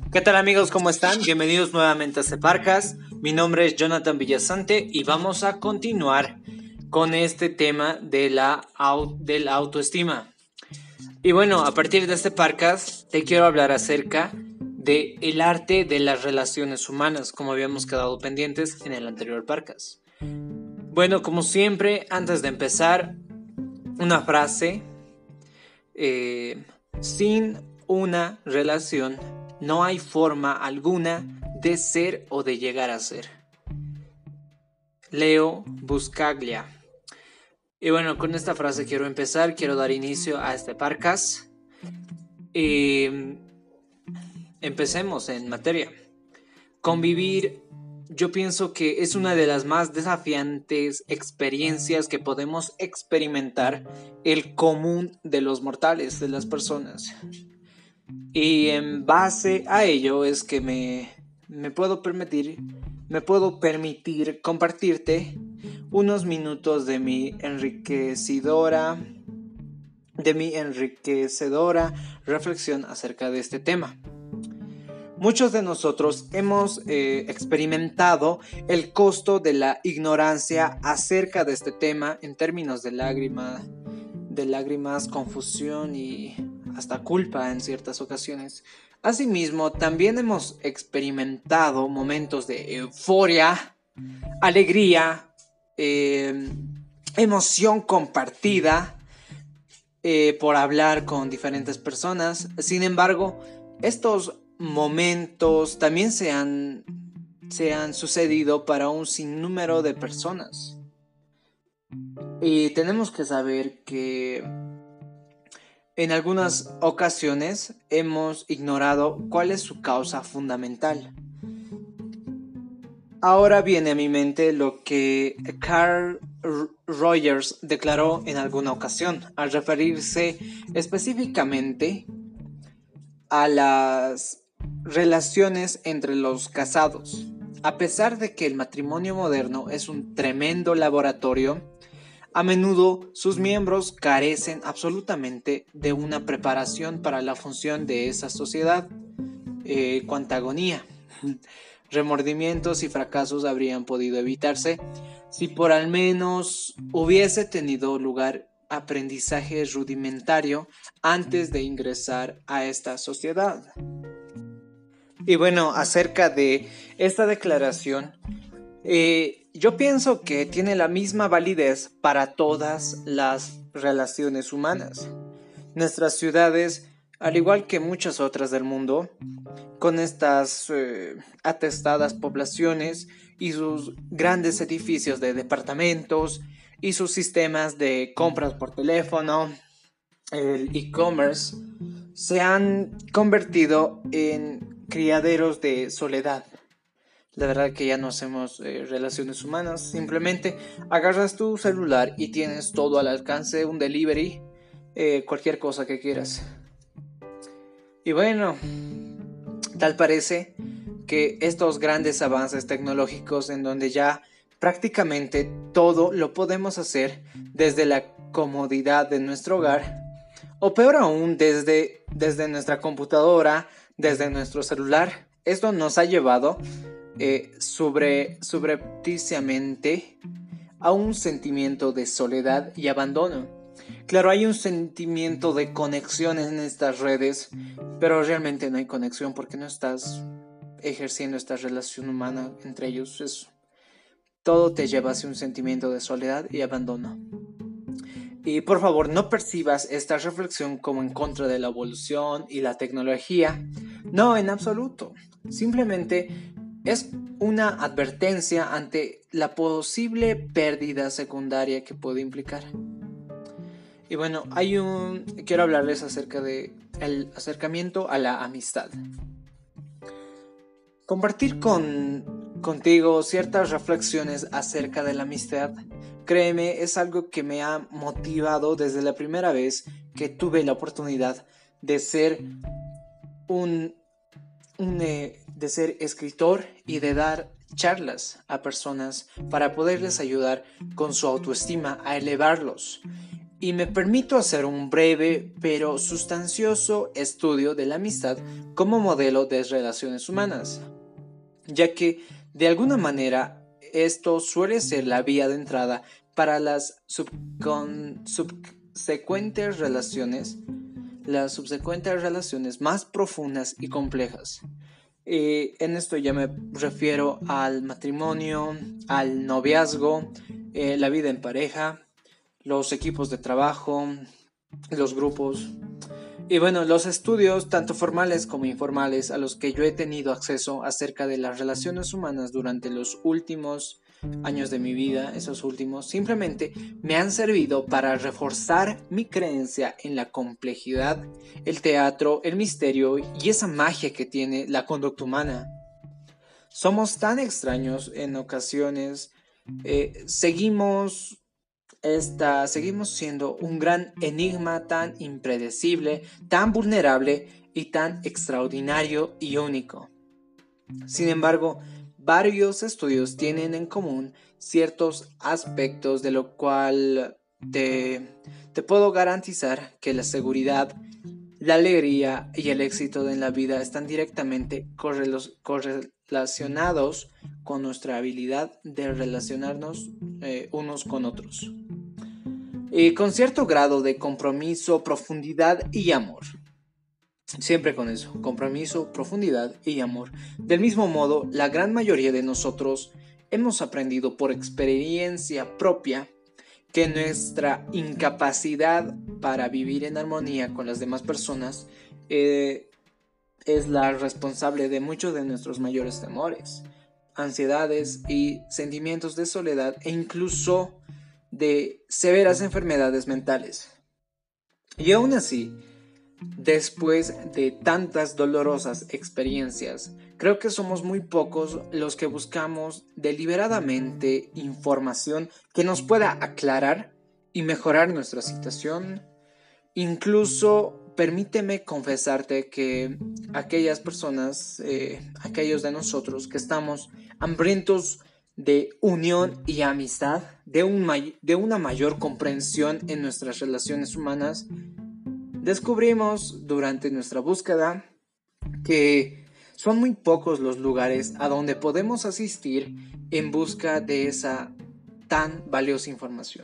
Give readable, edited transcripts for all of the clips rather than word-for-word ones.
¿Qué tal amigos? ¿Cómo están? Bienvenidos nuevamente a este podcast. Mi nombre es Jonathan Villasante y vamos a continuar con este tema de la autoestima. Y bueno, a partir de este podcast te quiero hablar acerca de el arte de las relaciones humanas, como habíamos quedado pendientes en el anterior podcast. Bueno, como siempre, antes de empezar, una frase. Sin una relación no hay forma alguna de ser o de llegar a ser. Leo Buscaglia. Y bueno, con esta frase quiero empezar, quiero dar inicio a este podcast. Empecemos en materia. Convivir, yo pienso que es una de las más desafiantes experiencias que podemos experimentar el común de los mortales, de las personas. Y en base a ello es que me puedo permitir compartirte unos minutos de mi enriquecedora reflexión acerca de este tema. Muchos de nosotros hemos experimentado el costo de la ignorancia acerca de este tema en términos de lágrimas, confusión y hasta culpa en ciertas ocasiones. Asimismo, también hemos experimentado momentos de euforia, alegría, emoción compartida por hablar con diferentes personas. Sin embargo, estos momentos también se han sucedido para un sinnúmero de personas. Y tenemos que saber que en algunas ocasiones hemos ignorado cuál es su causa fundamental. Ahora viene a mi mente lo que Carl Rogers declaró en alguna ocasión al referirse específicamente a las relaciones entre los casados. A pesar de que el matrimonio moderno es un tremendo laboratorio, a menudo sus miembros carecen absolutamente de una preparación para la función de esa sociedad. Cuánta agonía. Remordimientos y fracasos habrían podido evitarse si por al menos hubiese tenido lugar aprendizaje rudimentario antes de ingresar a esta sociedad. Y bueno, acerca de esta declaración, yo pienso que tiene la misma validez para todas las relaciones humanas. Nuestras ciudades, al igual que muchas otras del mundo, con estas atestadas poblaciones y sus grandes edificios de departamentos y sus sistemas de compras por teléfono, el e-commerce, se han convertido en criaderos de soledad. La verdad que ya no hacemos relaciones humanas, simplemente agarras tu celular y tienes todo al alcance, un delivery, cualquier cosa que quieras. Y bueno, tal parece que estos grandes avances tecnológicos en donde ya prácticamente todo lo podemos hacer desde la comodidad de nuestro hogar, o peor aún desde nuestra computadora, desde nuestro celular. Esto nos ha llevado subrepticiamente a un sentimiento de soledad y abandono. Claro, hay un sentimiento de conexión en estas redes, pero realmente no hay conexión porque no estás ejerciendo esta relación humana entre ellos. Todo te lleva hacia un sentimiento de soledad y abandono. Y por favor, no percibas esta reflexión como en contra de la evolución y la tecnología. No, en absoluto. Simplemente es una advertencia ante la posible pérdida secundaria que puede implicar. Y bueno, quiero hablarles acerca de el acercamiento a la amistad. Compartir contigo ciertas reflexiones acerca de la amistad, créeme, es algo que me ha motivado desde la primera vez que tuve la oportunidad de ser de ser escritor y de dar charlas a personas para poderles ayudar con su autoestima, a elevarlos. y me permito hacer un breve pero sustancioso estudio de la amistad como modelo de relaciones humanas, ya que de alguna manera esto suele ser la vía de entrada para las subsecuentes relaciones más profundas y complejas. En esto ya me refiero al matrimonio, al noviazgo, la vida en pareja, los equipos de trabajo, los grupos. Y bueno, los estudios, tanto formales como informales, a los que yo he tenido acceso acerca de las relaciones humanas durante los últimos años de mi vida, esos últimos, simplemente me han servido para reforzar mi creencia en la complejidad, el teatro, el misterio y esa magia que tiene la conducta humana. Somos tan extraños en ocasiones, seguimos siendo un gran enigma tan impredecible, tan vulnerable y tan extraordinario y único. Sin embargo, varios estudios tienen en común ciertos aspectos de lo cual te puedo garantizar que la seguridad, la alegría y el éxito en la vida están directamente correlacionados con nuestra habilidad de relacionarnos unos con otros. Con cierto grado de compromiso, profundidad y amor. Siempre con eso, compromiso, profundidad y amor. Del mismo modo, la gran mayoría de nosotros hemos aprendido por experiencia propia que nuestra incapacidad para vivir en armonía con las demás personas es la responsable de muchos de nuestros mayores temores, ansiedades y sentimientos de soledad e incluso de severas enfermedades mentales. Y aún así, después de tantas dolorosas experiencias, creo que somos muy pocos los que buscamos deliberadamente información que nos pueda aclarar y mejorar nuestra situación. Incluso permíteme confesarte que aquellas personas, aquellos de nosotros que estamos hambrientos de unión y amistad, de una mayor comprensión en nuestras relaciones humanas, descubrimos durante nuestra búsqueda que son muy pocos los lugares a donde podemos asistir en busca de esa tan valiosa información.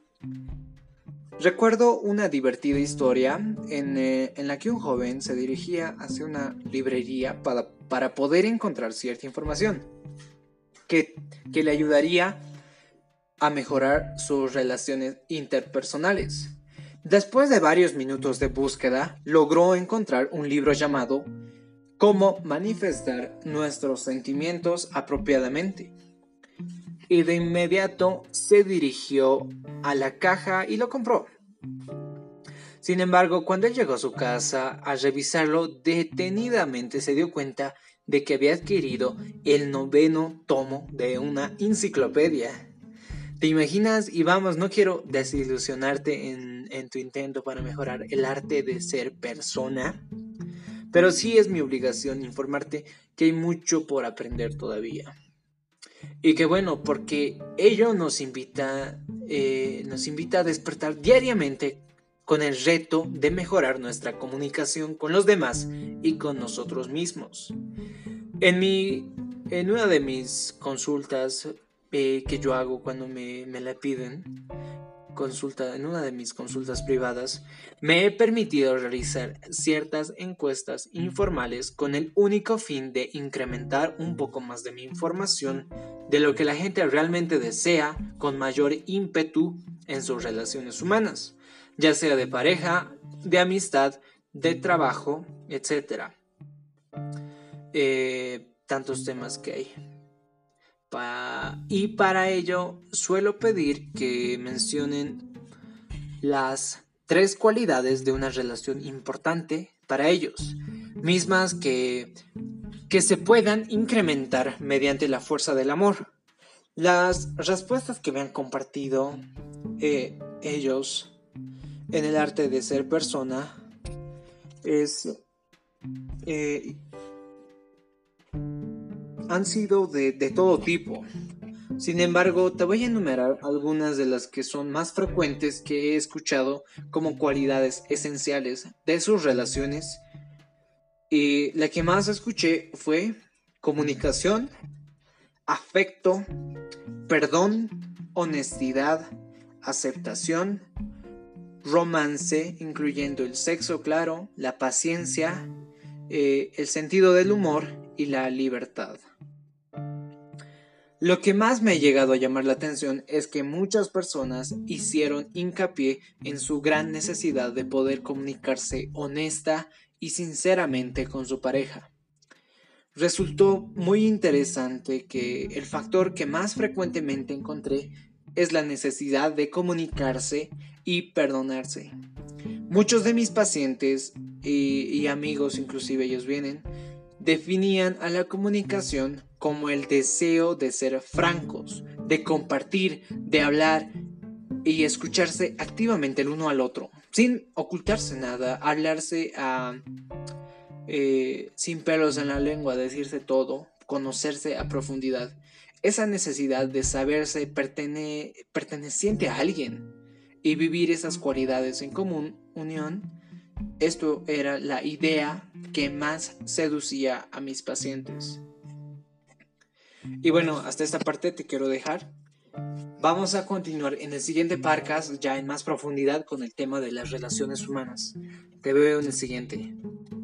Recuerdo una divertida historia en la que un joven se dirigía hacia una librería para poder encontrar cierta información que le ayudaría a mejorar sus relaciones interpersonales. Después de varios minutos de búsqueda, logró encontrar un libro llamado Cómo manifestar nuestros sentimientos apropiadamente. Y de inmediato se dirigió a la caja y lo compró. Sin embargo, cuando él llegó a su casa, al revisarlo detenidamente se dio cuenta de que había adquirido el 9º tomo de una enciclopedia. ¿Te imaginas? Y vamos, no quiero desilusionarte en tu intento para mejorar el arte de ser persona, pero sí es mi obligación informarte que hay mucho por aprender todavía. Y que bueno, porque ello nos invita a despertar diariamente con el reto de mejorar nuestra comunicación con los demás y con nosotros mismos. En una de mis consultas que yo hago cuando me la piden, en una de mis consultas privadas, me he permitido realizar ciertas encuestas informales con el único fin de incrementar un poco más de mi información de lo que la gente realmente desea con mayor ímpetu en sus relaciones humanas, ya sea de pareja, de amistad, de trabajo, etc. Tantos temas que hay. Y para ello suelo pedir que mencionen las 3 cualidades de una relación importante para ellos, mismas que se puedan incrementar mediante la fuerza del amor. Las respuestas que me han compartido ellos en el arte de ser persona han sido de todo tipo. Sin embargo, te voy a enumerar algunas de las que son más frecuentes que he escuchado como cualidades esenciales de sus relaciones. Y la que más escuché fue comunicación, afecto, perdón, honestidad, aceptación, romance, incluyendo el sexo claro, la paciencia, el sentido del humor y la libertad. Lo que más me ha llegado a llamar la atención es que muchas personas hicieron hincapié en su gran necesidad de poder comunicarse honesta y sinceramente con su pareja. Resultó muy interesante que el factor que más frecuentemente encontré es la necesidad de comunicarse y perdonarse. Muchos de mis pacientes y amigos, inclusive ellos vienen, definían a la comunicación como el deseo de ser francos, de compartir, de hablar y escucharse activamente el uno al otro, sin ocultarse nada, hablarse sin pelos en la lengua, decirse todo, conocerse a profundidad. Esa necesidad de saberse perteneciente a alguien y vivir esas cualidades en común, unión, esto era la idea que más seducía a mis pacientes. Y bueno, hasta esta parte te quiero dejar. Vamos a continuar en el siguiente podcast ya en más profundidad con el tema de las relaciones humanas. Te veo en el siguiente.